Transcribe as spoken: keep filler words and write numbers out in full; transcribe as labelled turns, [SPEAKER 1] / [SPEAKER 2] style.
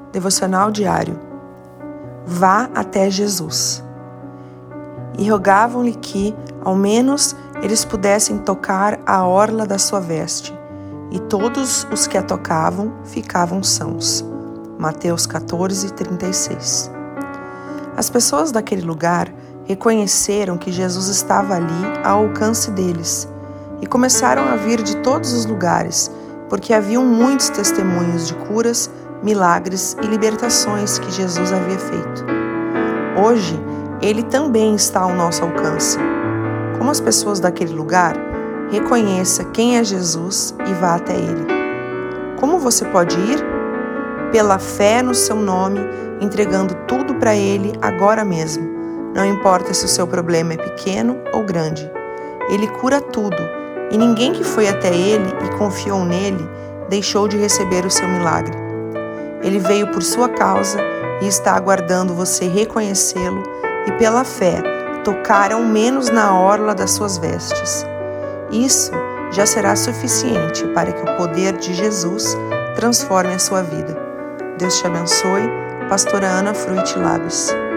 [SPEAKER 1] Devocional diário. Vá até Jesus. E rogavam-lhe que, ao menos, eles pudessem tocar a orla da sua veste. E todos os que a tocavam ficavam sãos. Mateus quatorze, trinta e seis. As pessoas daquele lugar reconheceram que Jesus estava ali ao alcance deles e começaram a vir de todos os lugares, porque haviam muitos testemunhos de curas, milagres e libertações que Jesus havia feito. Hoje, Ele também está ao nosso alcance. Como as pessoas daquele lugar, reconheça quem é Jesus e vá até Ele. Como você pode ir? Pela fé no seu nome, entregando tudo para Ele agora mesmo. Não importa se o seu problema é pequeno ou grande. Ele cura tudo, e ninguém que foi até Ele e confiou nele deixou de receber o seu milagre. Ele veio por sua causa e está aguardando você reconhecê-lo e, pela fé, tocar ao menos na orla das suas vestes. Isso já será suficiente para que o poder de Jesus transforme a sua vida. Deus te abençoe. Pastora Ana Fruit Labs.